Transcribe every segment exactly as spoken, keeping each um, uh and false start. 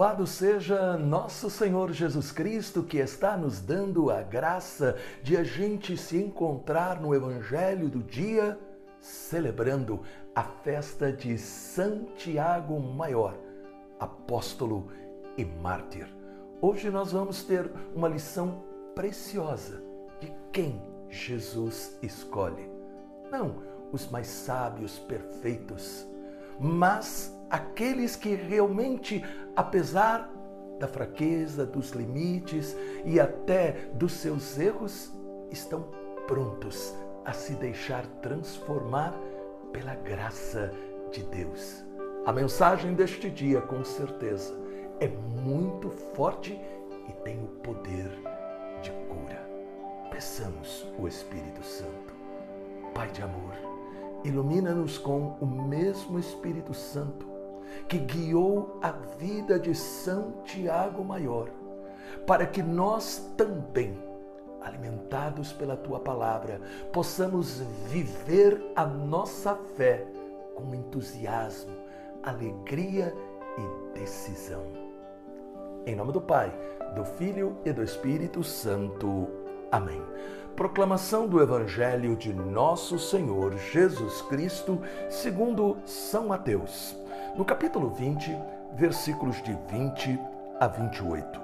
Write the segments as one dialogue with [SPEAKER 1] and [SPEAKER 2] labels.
[SPEAKER 1] Louvado seja nosso Senhor Jesus Cristo, que está nos dando a graça de a gente se encontrar no Evangelho do dia, celebrando a festa de Santiago Maior, apóstolo e mártir. Hoje nós vamos ter uma lição preciosa de quem Jesus escolhe. Não os mais sábios, perfeitos, mas aqueles que realmente, apesar da fraqueza, dos limites e até dos seus erros, estão prontos a se deixar transformar pela graça de Deus. A mensagem deste dia, com certeza, é muito forte e tem o poder de cura. Peçamos o Espírito Santo. Pai de amor, ilumina-nos com o mesmo Espírito Santo que guiou a vida de Santiago Maior, para que nós também, alimentados pela Tua Palavra, possamos viver a nossa fé com entusiasmo, alegria e decisão. Em nome do Pai, do Filho e do Espírito Santo. Amém. Proclamação do Evangelho de Nosso Senhor Jesus Cristo, segundo São Mateus. No capítulo vinte, versículos de vinte a vinte e oito.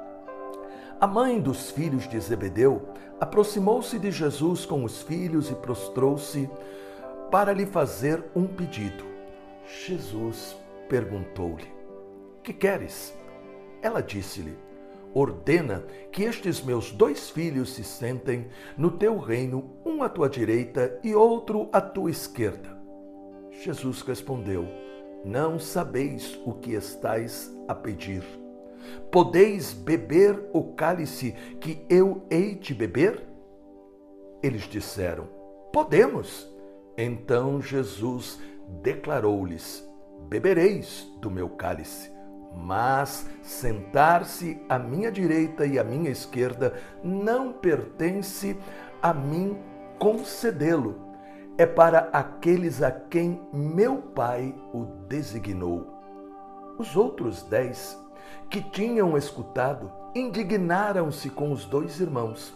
[SPEAKER 1] A mãe dos filhos de Zebedeu aproximou-se de Jesus com os filhos e prostrou-se para lhe fazer um pedido. Jesus perguntou-lhe: "Que queres?" Ela disse-lhe: "Ordena que estes meus dois filhos se sentem no teu reino, um à tua direita e outro à tua esquerda." Jesus respondeu: "Não sabeis o que estais a pedir. Podeis beber o cálice que eu hei de beber?" Eles disseram: "Podemos." Então Jesus declarou-lhes: "Bebereis do meu cálice, mas sentar-se à minha direita e à minha esquerda não pertence a mim concedê-lo. É para aqueles a quem meu Pai o designou." Os outros dez, que tinham escutado, indignaram-se com os dois irmãos.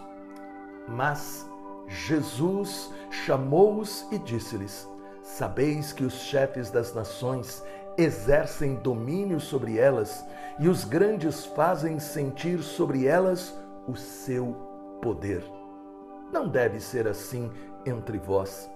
[SPEAKER 1] Mas Jesus chamou-os e disse-lhes: "Sabeis que os chefes das nações exercem domínio sobre elas e os grandes fazem sentir sobre elas o seu poder. Não deve ser assim entre vós.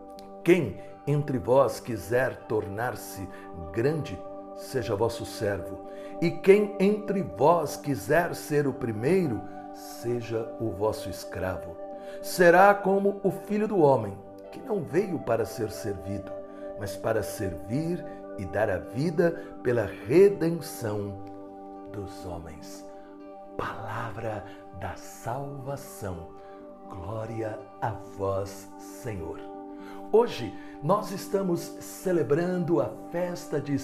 [SPEAKER 1] Quem entre vós quiser tornar-se grande, seja vosso servo, e quem entre vós quiser ser o primeiro, seja o vosso escravo. Será como o Filho do Homem, que não veio para ser servido, mas para servir e dar a vida pela redenção dos homens." Palavra da salvação. Glória a vós, Senhor. Hoje nós estamos celebrando a festa de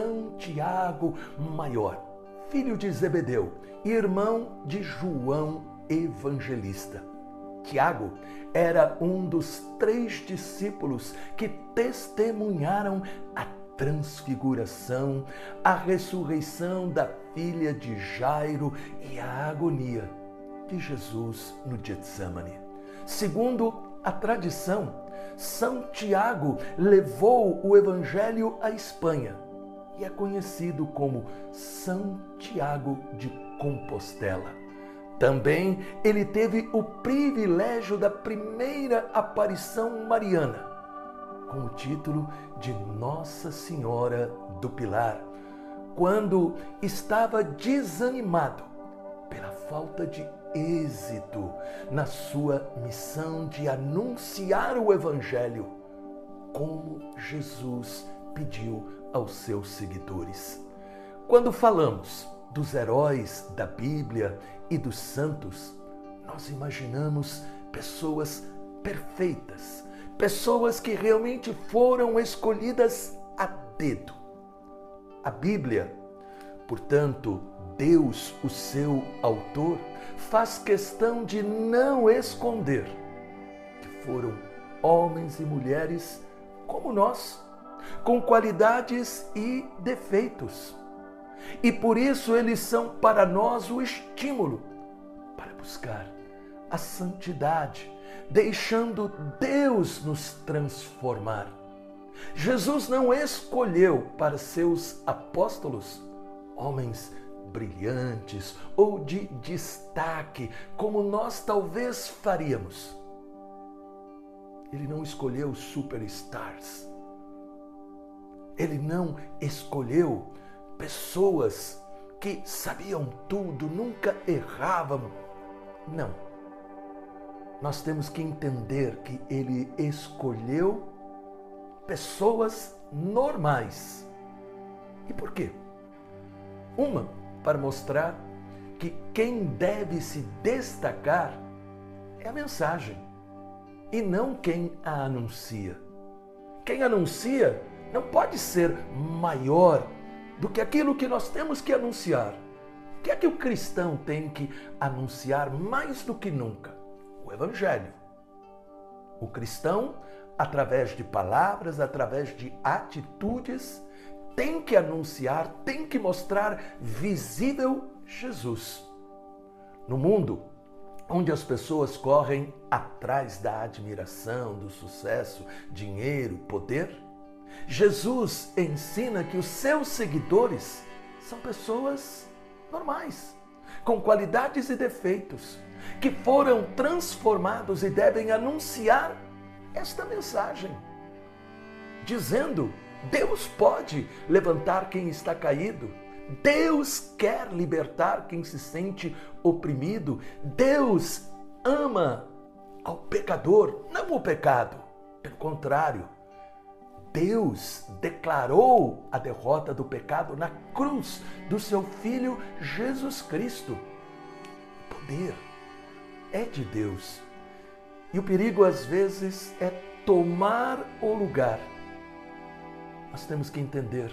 [SPEAKER 1] Santiago Maior, filho de Zebedeu e irmão de João Evangelista. Tiago era um dos três discípulos que testemunharam a transfiguração, a ressurreição da filha de Jairo e a agonia de Jesus no Getsemane. Segundo a tradição, São Tiago levou o Evangelho à Espanha e é conhecido como São Tiago de Compostela. Também ele teve o privilégio da primeira aparição mariana, com o título de Nossa Senhora do Pilar, quando estava desanimado pela falta de êxito na sua missão de anunciar o Evangelho, como Jesus pediu aos seus seguidores. Quando falamos dos heróis da Bíblia e dos santos, nós imaginamos pessoas perfeitas, pessoas que realmente foram escolhidas a dedo. A Bíblia, portanto, Deus, o seu autor, faz questão de não esconder que foram homens e mulheres como nós, com qualidades e defeitos. E por isso eles são para nós o estímulo para buscar a santidade, deixando Deus nos transformar. Jesus não escolheu para seus apóstolos homens brilhantes ou de destaque, como nós talvez faríamos. Ele não escolheu superstars. Ele não escolheu pessoas que sabiam tudo, nunca erravam. Não. Nós temos que entender que ele escolheu pessoas normais. E por quê? Uma, para mostrar que quem deve se destacar é a mensagem e não quem a anuncia. Quem anuncia não pode ser maior do que aquilo que nós temos que anunciar. O que é que o cristão tem que anunciar mais do que nunca? O Evangelho. O cristão, através de palavras, através de atitudes, tem que anunciar, tem que mostrar visível Jesus. No mundo onde as pessoas correm atrás da admiração, do sucesso, dinheiro, poder, Jesus ensina que os seus seguidores são pessoas normais, com qualidades e defeitos, que foram transformados e devem anunciar esta mensagem, dizendo: Deus pode levantar quem está caído, Deus quer libertar quem se sente oprimido, Deus ama ao pecador, não o pecado, pelo contrário, Deus declarou a derrota do pecado na cruz do seu Filho Jesus Cristo. O poder é de Deus. E o perigo, às vezes, é tomar o lugar. Nós temos que entender.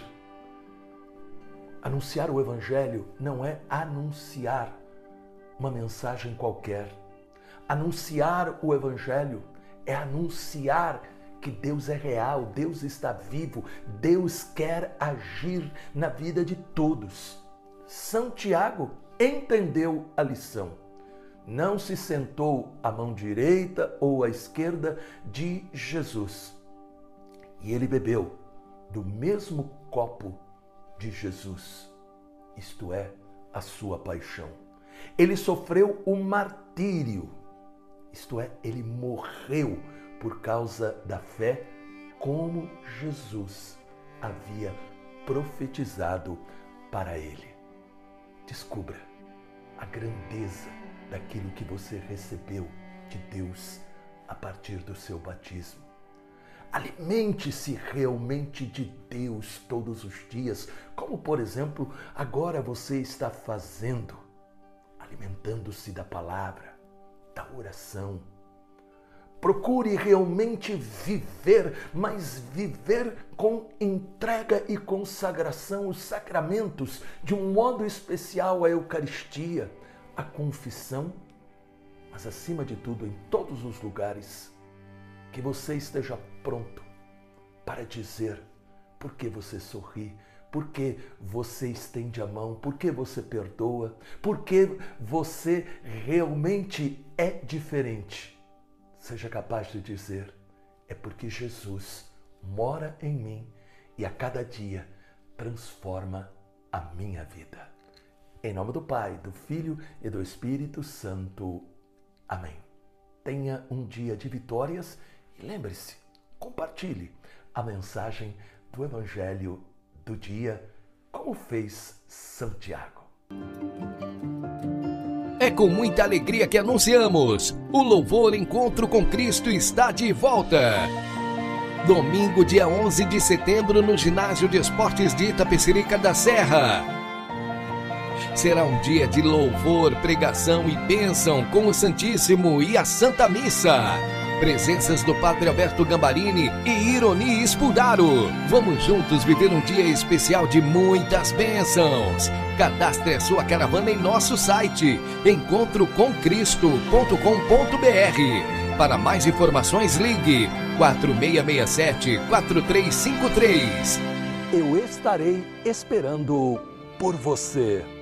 [SPEAKER 1] Anunciar o Evangelho não é anunciar uma mensagem qualquer. Anunciar o Evangelho é anunciar que Deus é real, Deus está vivo, Deus quer agir na vida de todos. São Tiago entendeu a lição. Não se sentou à mão direita ou à esquerda de Jesus. E ele bebeu do mesmo copo de Jesus, isto é, a sua paixão. Ele sofreu o martírio, isto é, ele morreu por causa da fé, como Jesus havia profetizado para ele. Descubra a grandeza daquilo que você recebeu de Deus a partir do seu batismo. Alimente-se realmente de Deus todos os dias, como, por exemplo, agora você está fazendo, alimentando-se da palavra, da oração. Procure realmente viver, mas viver com entrega e consagração, os sacramentos, de um modo especial a Eucaristia, a confissão, mas acima de tudo, em todos os lugares, que você esteja pronto para dizer por que você sorri, por que você estende a mão, por que você perdoa, por que você realmente é diferente. Seja capaz de dizer: é porque Jesus mora em mim e a cada dia transforma a minha vida. Em nome do Pai, do Filho e do Espírito Santo. Amém. Tenha um dia de vitórias e lembre-se, compartilhe a mensagem do Evangelho do dia, como fez Santiago.
[SPEAKER 2] É com muita alegria que anunciamos: o Louvor Encontro com Cristo está de volta. Domingo, dia onze de setembro, no Ginásio de Esportes de Itapecerica da Serra. Será um dia de louvor, pregação e bênção com o Santíssimo e a Santa Missa. Presenças do Padre Alberto Gambarini e Ironi Spudaro. Vamos juntos viver um dia especial de muitas bênçãos. Cadastre a sua caravana em nosso site encontro com cristo ponto com ponto b r. Para mais informações, ligue quatro seis seis sete, quatro três cinco três.
[SPEAKER 1] Eu estarei esperando por você.